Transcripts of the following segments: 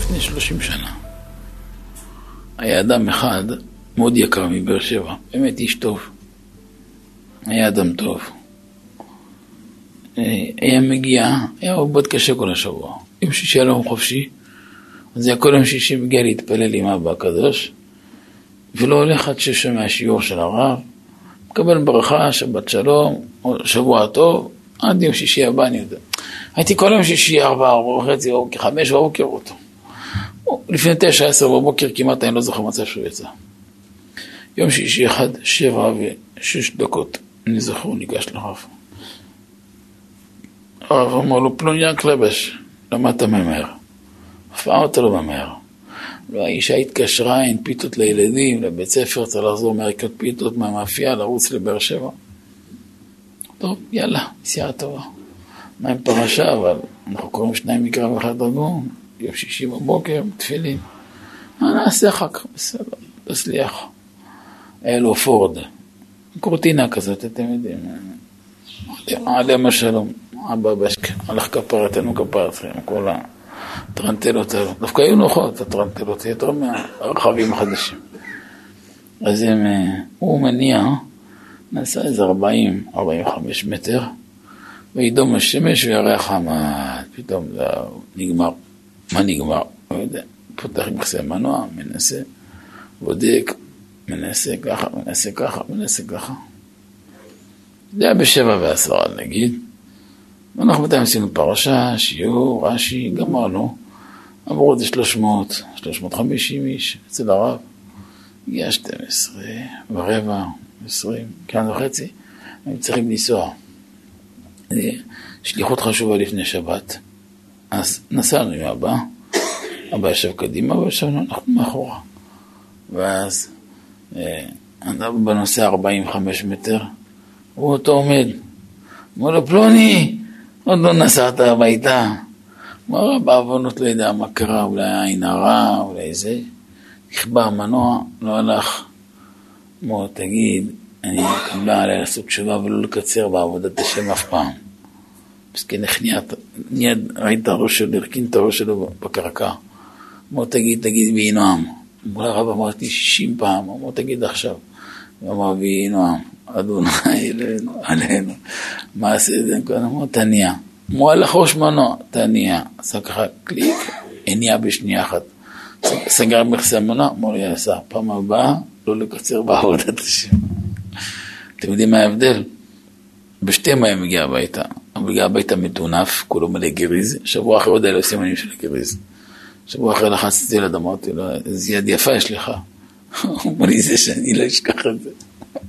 לפני 30 שנה. היה אדם אחד מאוד יקר מבאר שבע, באמת איש טוב. היה אדם טוב. היה מגיע, היה עובד קשה כל השבוע. יום שישי היה לו חופשי, אז היה כל יום שישי מגיע להתפלל עם אבא הקדוש, ולא הולך עד ששומע שיעור של הרב, מקבל ברכה, שבת שלום, שבוע טוב, עד יום שישי הבא אני יודע. הייתי כל יום שישי 4:30 בבוקר, 5 בבוקר אותו. לפני 9-10 בבוקר כמעט אני לא זוכר מצב שהוא יצא. יום שישי אחד, 7:06, אני זוכר, הוא ניגש לרב. הרב אמר לו, פלוניה קלבש, למה אתה ממהר? הפעה אותה לא ממהר. האישה התקשרה עם פיתות לילדים, לבית ספר, צריך לחזור מהרקות פיתות מהמאפייה, לרוץ לבאר שבע. טוב, יאללה, נסיעה טובה. מה עם פרשה, אבל אנחנו קוראים 2 מקרא ואחד דרגון, יום שישי בבוקר, תפילין. נעשה אחר כך, בסדר, תסליח. היה לו פורד, קורטינה כזאת, אתם יודעים. עליהם השלום, אבא בשק, הלך כפרתנו כפרתכם, כל הטרנטלות האלו. דווקא היו נוחות, הטרנטלות, יותר מהרכבים החדשים. אז הוא מניע, נסע איזה 40-45 מטר, וידום השמש וירח חמה, פתאום זה נגמר. מה נגמר? לא יודע, פותח מכסה מנוע, מנסה, בודק, מנסה ככה, מנסה ככה, מנסה ככה. זה היה 7:10 נגיד, ואנחנו מתי עשינו פרשה, שיעור, רש"י, גמרנו, עברו את זה 300, 350 איש אצל הרב, הגיע 12:15, 20, כאן וחצי, הם צריכים לנסוע. שליחות חשובה לפני שבת, אז נסענו עם אבא ישב קדימה וישבנו אנחנו מאחורה. ואז אנחנו בנושא 45 מטר, הוא אותו עומד, אמר לו פלוני, עוד לא נסעת הביתה. אמר בעוונות לא יודע מה קרה, אולי עין הרע, אולי זה, נכבה המנוע, לא הלך. אמר תגיד, אני מקבלה עליי לעשות תשובה ולא לקצר בעבודת השם אף פעם. מסכן ניד, ראית את הראש שלו, הרכין את הראש שלו בקרקע. אמר תגיד ויהי נועם. אמר הרב אמרתי 60 פעם, אמר תגיד עכשיו. אמר ויהי נועם, אדוני אלינו, עלינו. מה עשה את זה? אמר תניע. אמר הלך ראש מנוע, תניע. עשה ככה קליק, הניע בשנייה אחת. סגר מכסה מנוע, אמר לי עשה, פעם הבאה לא לקצר בעבודת השם. אתם יודעים מה ההבדל? בשתיים היה מגיע הביתה. הוא מגיע הביתה מטונף, כולו מלא גריז. שבוע אחרי עוד היה לו סימנים של גריז. שבוע אחרי לחצתי ילד, אמרתי לו, איזה יד יפה יש לך. הוא אומר לי זה שאני לא אשכח את זה.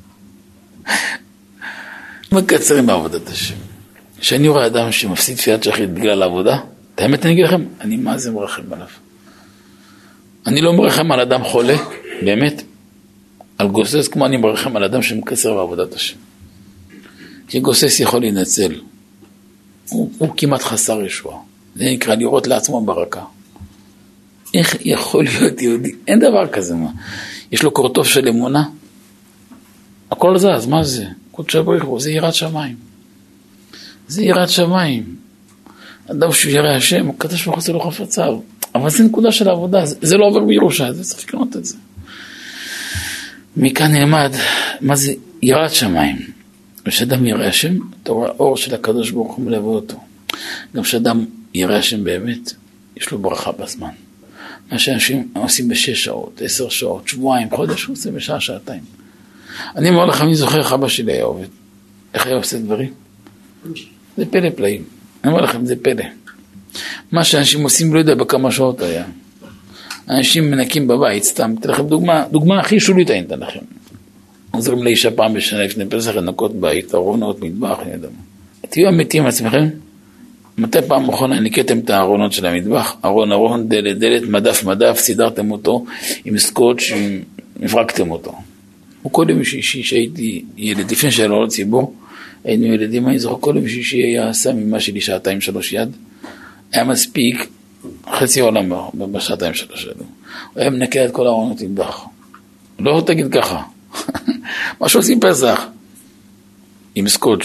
מקצרים בעבודת השם. כשאני רואה אדם שמפסיד תפילת שחרית בגלל העבודה, את האמת אני אגיד לכם, אני מה זה מרחם עליו. אני לא מרחם על אדם חולה, באמת, על גוסס כמו אני מרחם על אדם שמקצר בעבודת השם. כי גוסס יכול להינצל. הוא כמעט חסר ישוע. זה נקרא לראות לעצמו ברכה. איך יכול להיות יהודי? אין דבר כזה מה. יש לו קורטוף של אמונה. הכל זה, אז מה זה? קודש הבריך בו, זה יראת שמיים. זה יראת שמיים. אדם שהוא ירא השם, הקדוש ברוך הוא עושה לו חפציו. אבל זה נקודה של העבודה, זה לא עובר בירושה, זה צריך לקנות את זה. מכאן נלמד מה זה יראת שמיים. כשאדם ירא השם, אתה רואה האור של הקדוש ברוך הוא מלווה אותו. גם כשאדם ירא השם באמת, יש לו ברכה בזמן. מה שאנשים עושים ב6 שעות, 10 שעות, שבועיים, חודש, הוא עושה בשעה, שעתיים. אני אומר לכם, אני זוכר איך אבא שלי היה עובד. איך היה עושה דברים? זה פלא פלאים. אני אומר לכם, זה פלא. מה שאנשים עושים לא יודע בכמה שעות היה. אנשים מנקים בבית, סתם, אתן לכם דוגמה הכי שולית אני אתן לכם. עוזרים לאישה פעם בשנה לפני פסח לנקות בית, ארונות, מטבח, אני יודע מה. תהיו אמיתיים לעצמכם, מתי פעם אחרונה ניקתם את הארונות של המטבח? ארון, דלת, מדף, סידרתם אותו עם סקוץ', מפרקתם אותו. הוא קודם שהייתי ילד, לפני שהיה לו ציבור, היינו ילדים, אני זוכר קודם היה שם אמא שלי 2-3 יד, היה מספיק חצי עולם ב2-3 יד. הוא היה מנקה את כל הארונות מטבח. לא תגיד ככה. מה שעושים פסח, עם סקוץ',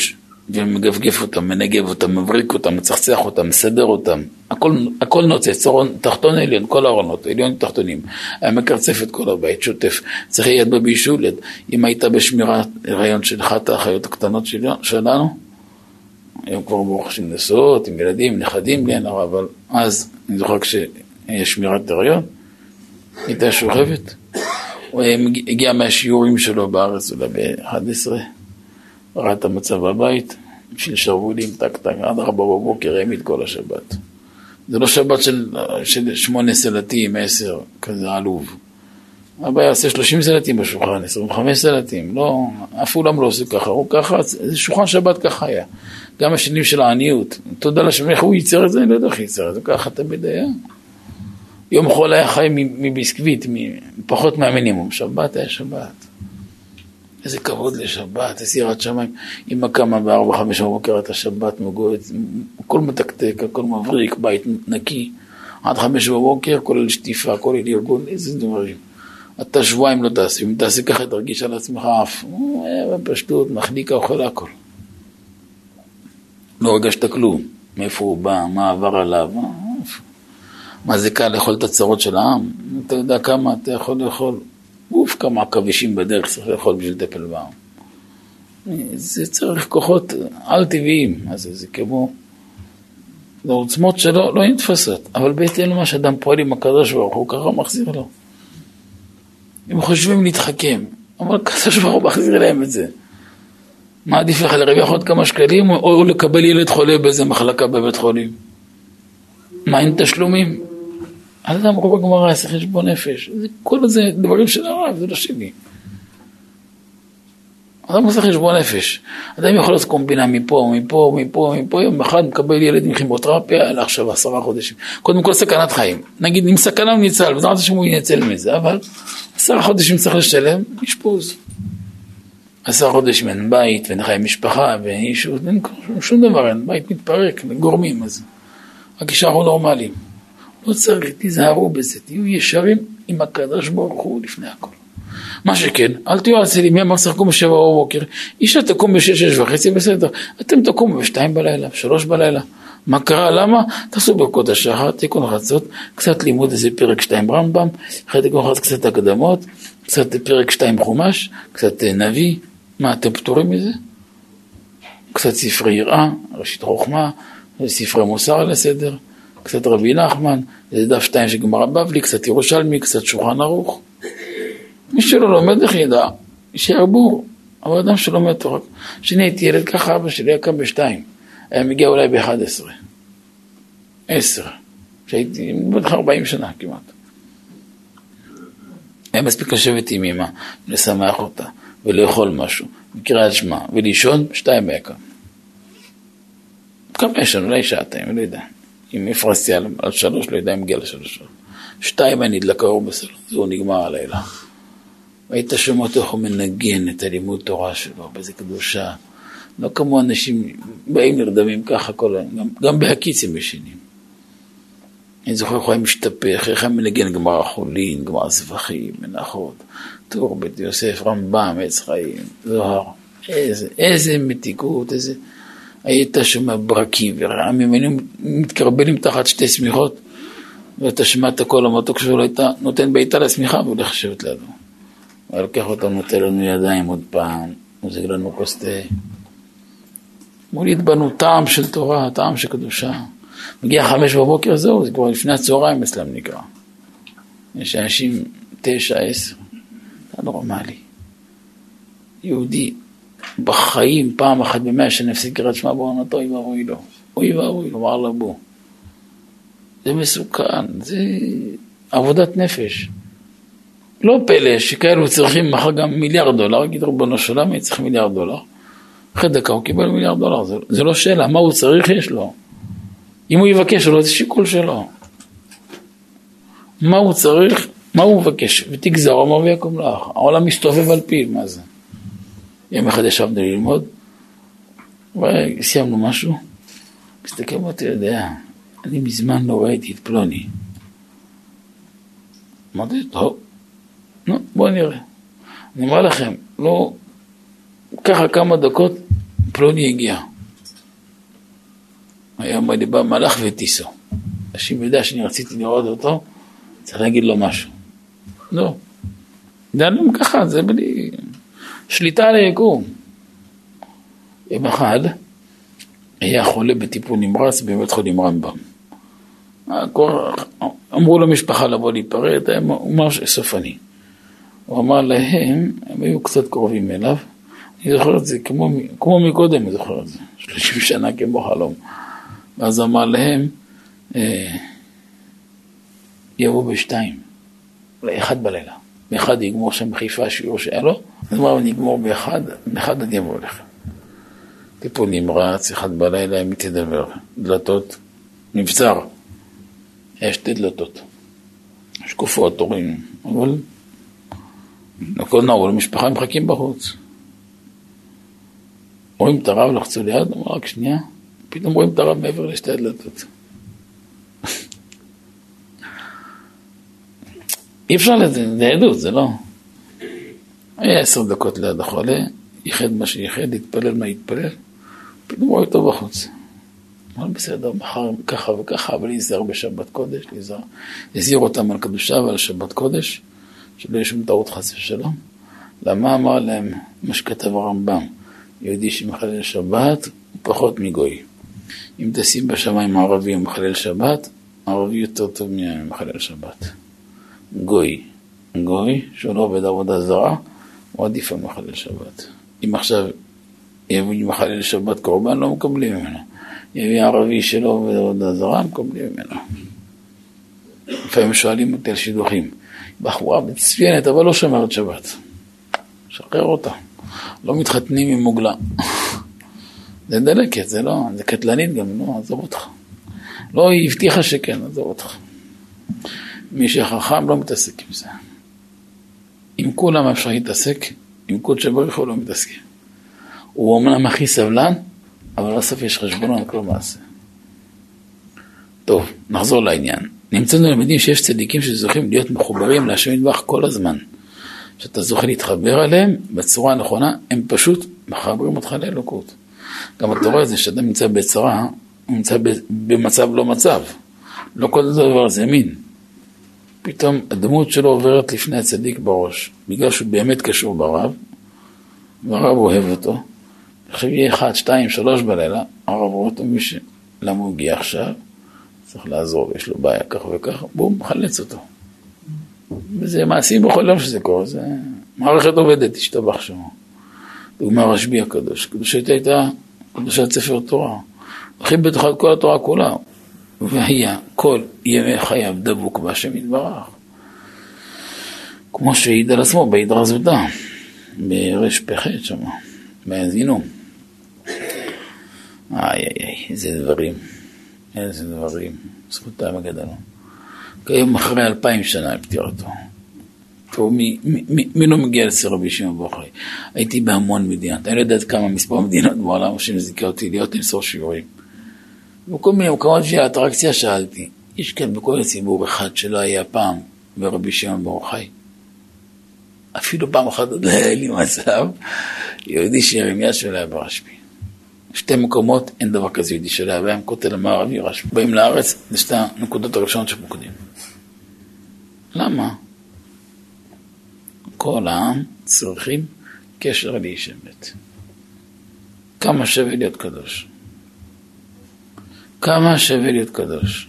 ומגפגף אותם, מנגב אותם, מבריק אותם, מצחצח אותם, מסדר אותם. הכל נוצץ, צורון, תחתון עליון, כל הארונות, עליון תחתונים. היה מקרצף את כל הבית, שוטף. צריך יד בבישול, אם היית בשמירת הריון של אחת האחיות הקטנות שלנו, היום כבר ברוך של נשואות, עם ילדים, נכדים, בלי הנראה, אבל אז אני זוכר כשיש שמירת הריון, הייתה שוכבת. הוא הגיע מהשיעורים שלו בארץ, אולי ב-11, ראה את המצב בבית, בשביל שרבולים, טק טק, עד 4 בבוקר, העמיד כל השבת. זה לא שבת של 8 סלטים, 10, כזה עלוב. אבא יעשה 30 סלטים בשולחן, 25 סלטים, לא, אף אולם לא עושה ככה, הוא ככה, זה שולחן שבת ככה היה. גם השנים של העניות, תודה לשם, איך הוא ייצר את זה, אני לא יודע איך ייצר את זה, ככה תמיד היה. יום חול היה חי מביסקוויט, פחות מהמינימום, שבת היה שבת. איזה כבוד לשבת, איזה יראת שמיים, אמא קמה ב-4-5 בבוקר את השבת מגועת, הכל מתקתק, הכל מבריק, בית נקי, עד 5 בבוקר, כולל שטיפה, כולל ארגון, איזה דברים. אתה שבועיים לא תעשי, אם תעשי ככה תרגיש על עצמך אף, בפשטות, מחליקה, אוכל הכל. לא הרגשת כלום, מאיפה הוא בא, מה עבר עליו, מה זה קל לאכול את הצרות של העם, אתה יודע כמה אתה יכול לאכול, כמה עכבישים בדרך צריך לאכול בשביל לטפל בעם. זה צריך כוחות על טבעיים, אז זה כמו, זה עוצמות שלו לא נתפסות, אבל בהתאם למה שאדם פועל עם הקדוש ברוך הוא ככה מחזיר לו. הם חושבים להתחכם, אבל הקדוש ברוך הוא מחזיר להם את זה. מה עדיף לך לרווח עוד כמה שקלים, או לקבל ילד חולה באיזה מחלקה בבית חולים? מה אין תשלומים? אז אדם רוב הגמרא יעשה חשבון נפש. כל זה דברים של הרב, זה לא שלי. אדם עושה חשבון נפש. אדם יכול לעשות קומבינה מפה, יום אחד מקבל ילד עם כימותרפיה, אלא עכשיו 10 חודשים. קודם כל סכנת חיים. נגיד, אם סכנה הוא ניצל, וזאת שהוא ינצל מזה, אבל 10 חודשים צריך לשלם, אשפוז. 10 חודשים אין בית, ואין חיים משפחה, ואין אישות, אין שום דבר, אין בית מתפרק, גורמים, אז הכישרון נורמליים. לא צריך, תיזהרו בזה, תהיו ישרים עם הקדוש ברוך הוא לפני הכל. מה שכן, אל תהיו על צלים, מי אמר שחקום ב7 בבוקר, אישה תקום ב6:30 בסדר, אתם תקום ב2 בלילה, 3 בלילה. מה קרה? למה? תעשו ברכות השחר, תיקון חצות, קצת לימוד איזה פרק 2 רמב"ם, אחרי תיקון חצות קצת הקדמות, קצת פרק 2 חומש, קצת נביא, מה אתם פטורים מזה? קצת ספרי יראה, ראשית חוכמה, ספרי מוסר לסדר, קצת רבי נחמן, איזה דף 2 של גמרא בבלי, קצת ירושלמי, קצת שולחן ערוך. מי שלא לומד איך ידע, שירבו, אבל אדם שלומד תורה. כשאני הייתי ילד ככה, אבא שלי היה קם ב2, היה מגיע אולי ב11, 10, שהייתי בטח 40 שנה כמעט. היה מספיק לשבת עם אמא, לשמח אותה, ולאכול משהו, בקריאת שמע, ולישון, 2 היה קם. כמה יש לנו, אולי שעתיים, לא יודע. אם הפרסתי על 3, לא יודע אם הגיע ל3. 2 אני נדלק האור בסלון, זהו נגמר הלילה. והיית שומע איך הוא מנגן את הלימוד תורה שלו, באיזה קדושה. לא כמו אנשים באים נרדמים ככה כל היום, גם בהקיצים ישנים. אני זוכר איך הוא היה משתפך, איך היה מנגן גמרא חולין, גמרא זבחים, מנחות, טור בית יוסף, רמב"ם, עץ חיים, זוהר. איזה מתיקות, איזה... היית שומע ברקים ורעמים, היינו מתקרבלים תחת 2 שמיכות, ואתה שמע את הכל המתוק שלו, היית נותן בעיטה לשמיכה והולך לשבת לידו. הוא לקח אותנו, נותן לנו ידיים עוד פעם, מוזג לנו כוס תה. מוליד בנו טעם של תורה, טעם של קדושה. מגיע 5 בבוקר, זהו, זה כבר לפני הצהריים אצלם נקרא. יש אנשים 9, 10, זה נורמלי. יהודי, בחיים פעם אחת ב100 שנפסיק קריאת שמע בעונתו, אוי ואבוי לו. אוי ואבוי לו, אמר לו בו. זה מסוכן, זה עבודת נפש. לא פלא שכאלו צריכים מחר גם $1 מיליארד, יגיד רבונו של עולם, צריך $1 מיליארד. אחרי דקה הוא קיבל $1 מיליארד, זה לא שאלה, מה הוא צריך יש לו. אם הוא יבקש לו, זה שיקול שלו. מה הוא צריך, מה הוא מבקש, ותגזר, אמר ויקום לך. העולם מסתובב על פיו, מה זה? יום אחד ישבנו ללמוד, וסיימנו משהו, מסתכל מה אתה יודע, אני מזמן לא ראיתי את פלוני. אמרתי, טוב, נו, בואו נראה. אני אומר לכם, לא, ככה כמה דקות, פלוני הגיע. היה אומר לי, בא מלאך וטיסו. אנשים יודע שאני רציתי לראות אותו, צריך להגיד לו משהו. לא. זה לא ככה, זה בלי שליטה על היקום. יום אחד היה חולה בטיפול נמרץ בבית חולים רמב"ם. אמרו למשפחה לבוא להיפרד, הוא אמר סופני. הוא אמר להם, הם היו קצת קרובים אליו, אני זוכר את זה כמו מקודם, אני זוכר את זה, 30 שנה כמו חלום. ואז אמר להם, יבוא ב2, אולי 1 בלילה. ב1 יגמור שם בחיפה שיעור שהיה לו, אז אמר, נגמור ב1 עד יבוא לכם. טיפול נמרץ, 1 בלילה, הם מתדבר, דלתות, מבצר, יש 2 דלתות, שקופות, תורים, אבל הכל נעול, המשפחה מחכים בחוץ. רואים את הרב, לחצו ליד, אמר רק שנייה, פתאום רואים את הרב מעבר ל2 דלתות. אי אפשר לזה, זה עדות, זה לא. היה 10 דקות ליד החולה, ייחד מה שייחד, התפלל מה התפלל, פתאום רואה אותו בחוץ. אבל בסדר, מחר ככה וככה, אבל להיזהר בשבת קודש, להזהיר אותם על קדושה ועל שבת קודש, שלא יש שום טעות חס ושלום. למה אמר להם מה שכתב הרמב"ם? יהודי שמחלל שבת הוא פחות מגוי. אם תשים בשמיים ערבי ומחלל שבת, ערבי יותר טוב ממחלל שבת. גוי שהוא לא עובד עבודה זרה, הוא עדיף על מחלל שבת. אם עכשיו יביא מחלל שבת קורבן, לא מקבלים ממנו. יביא ערבי שלא עובד עבודה זרה, מקבלים ממנו. לפעמים שואלים אותי על שידוכים. בחורה מצוינת, אבל לא שומרת שבת. שחרר אותה. לא מתחתנים עם מוגלה. זה דלקת, זה לא, זה קטלנית גם, לא, עזוב אותך. לא, היא הבטיחה שכן, עזוב אותך. מי שחכם לא מתעסק עם זה. עם כולם אפשר להתעסק, עם כל שבריך הוא לא מתעסק. הוא אומנם הכי סבלן, אבל בסוף יש חשבונו על כל מעשה. טוב, נחזור לעניין. נמצאנו למדים שיש צדיקים שזוכים להיות מחוברים להשם יתברך כל הזמן. שאתה זוכה להתחבר עליהם בצורה הנכונה, הם פשוט מחברים אותך לאלוקות. גם אתה רואה את זה שאתה נמצא בצרה, הוא נמצא במצב לא מצב. לא כל דבר זה מין. פתאום הדמות שלו עוברת לפני הצדיק בראש, בגלל שהוא באמת קשור ברב, והרב אוהב אותו. עכשיו יהיה 1, 2, 3 בלילה, הרב רואה אותו למה הוא הגיע עכשיו, צריך לעזור, יש לו בעיה כך וכך, בואו מחלץ אותו. וזה מעשים בכל יום שזה קורה, זה מערכת עובדת, תשתבח שמו. דוגמה רשב"י הקדוש, קדושת הייתה קדושת ספר תורה, הכי בתוכה את כל התורה כולה, והיה כל ימי חייו דבוק בהשם יתברך. כמו שהעיד על עצמו בהתרזותה, ברש פחת שמה, בהאזינו. איזה דברים, זכותם הגדולה. כיום אחרי 2000 שנה הפטירתו. מי לא מגיע לסר רבי שמעון בר יוחאי? הייתי בהמון מדינות, אני לא יודעת כמה מספר מדינות בעולם שמזיקה אותי להיות לנסור שיעורים. בכל מיני מקומות של האטרקציה שאלתי, יש כאן בכל הציבור אחד שלא היה פעם ברבי שמעון בר יוחאי. אפילו פעם אחת עוד היה לי מצב, יהודי שירמיה שלא היה ברשב"י. 2 מקומות אין דבר כזה יהודי שלא היה בהם, כותל המערבי רשב"י. באים לארץ, זה 2 נקודות הראשונות שמוקדים. למה? כל העם צריכים קשר לאיש אמת. כמה שווה להיות קדוש? כמה שווה להיות קדוש?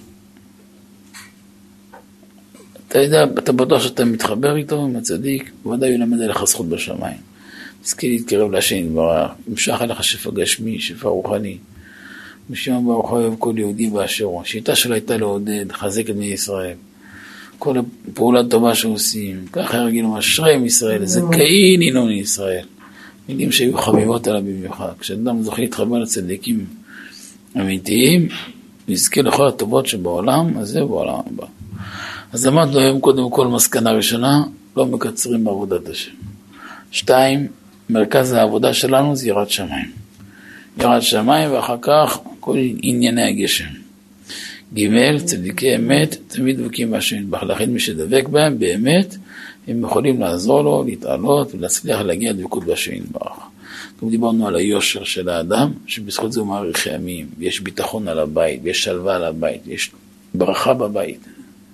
אתה יודע, אתה בטוח שאתה מתחבר איתו עם הצדיק, ודאי הוא למד עליך זכות בשמיים. תזכי להתקרב להשם יתברך, ימשך עליך שפע גשמי, שפע רוחני. בשמעון בר יוחאי אוהב כל יהודי באשר הוא. השיטה שלו הייתה לעודד, לחזק את בני ישראל. כל הפעולה טובה שעושים, ככה הרגילו אשריהם ישראל, זכאים הינון ישראל. מילים שהיו חביבות עליו במיוחד. כשאדם זוכה להתחבר לצדיקים אמיתיים, ויזכה לכל הטובות שבעולם, אז זה בעולם הבא. אז למדנו היום קודם כל מסקנה ראשונה, לא מקצרים בעבודת השם. 2, מרכז העבודה שלנו זה יראת שמיים. יראת שמיים ואחר כך כל ענייני הגשם. ג' צדיקי אמת תמיד דבקים בהשם יתברך. לכן מי שדבק בהם באמת, הם יכולים לעזור לו, להתעלות ולהצליח להגיע לדבקות בהשם יתברך. גם דיברנו על היושר של האדם, שבזכות זה הוא מעריך ימים, יש ביטחון על הבית, יש שלווה על הבית, יש ברכה בבית.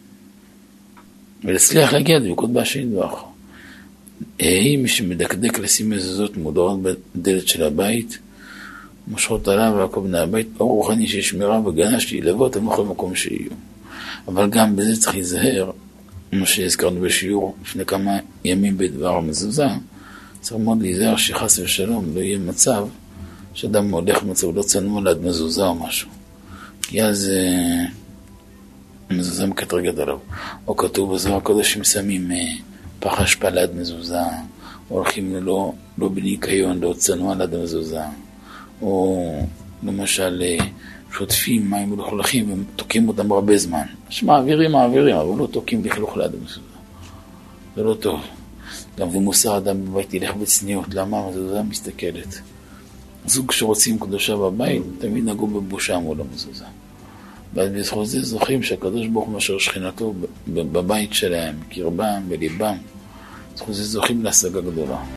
ולהצליח להגיע דבקות בהשם יתברך. מי שמדקדק לשים מזוזות מודעות בדלת של הבית, מושכות עליו ועקוב בני הבית, אור רוחני שיש שמירה וגנה שילוו אותם בכל מקום שיהיו. אבל גם בזה צריך להיזהר, כמו שהזכרנו בשיעור לפני כמה ימים בדבר המזוזה, צריך מאוד להיזהר שחס ושלום לא יהיה מצב שאדם הולך במצב לא צנוע ליד מזוזה או משהו. כי אז מזוזה מקטרגת עליו. או כתוב בזוהר הקודש שמים פח אשפה ליד מזוזה, או הולכים לא בניקיון, לא צנוע ליד מזוזה, או למשל שוטפים מים ולכלכים ותוקים אותם הרבה זמן. שמעבירים, אבל לא תוקים לכלוך ליד המזוזה. זה לא טוב. גם במוסר אדם בבית ילך בצניעות. למה? המזוזה מסתכלת. זוג שרוצים קדושה בבית, תמיד נגעו בבושה מול המזוזה. ואז בזכות זה זוכים שהקדוש ברוך הוא משאיר שכינתו בבית שלהם, קרבם וליבם. בזכות זה זוכים להשגה גדולה.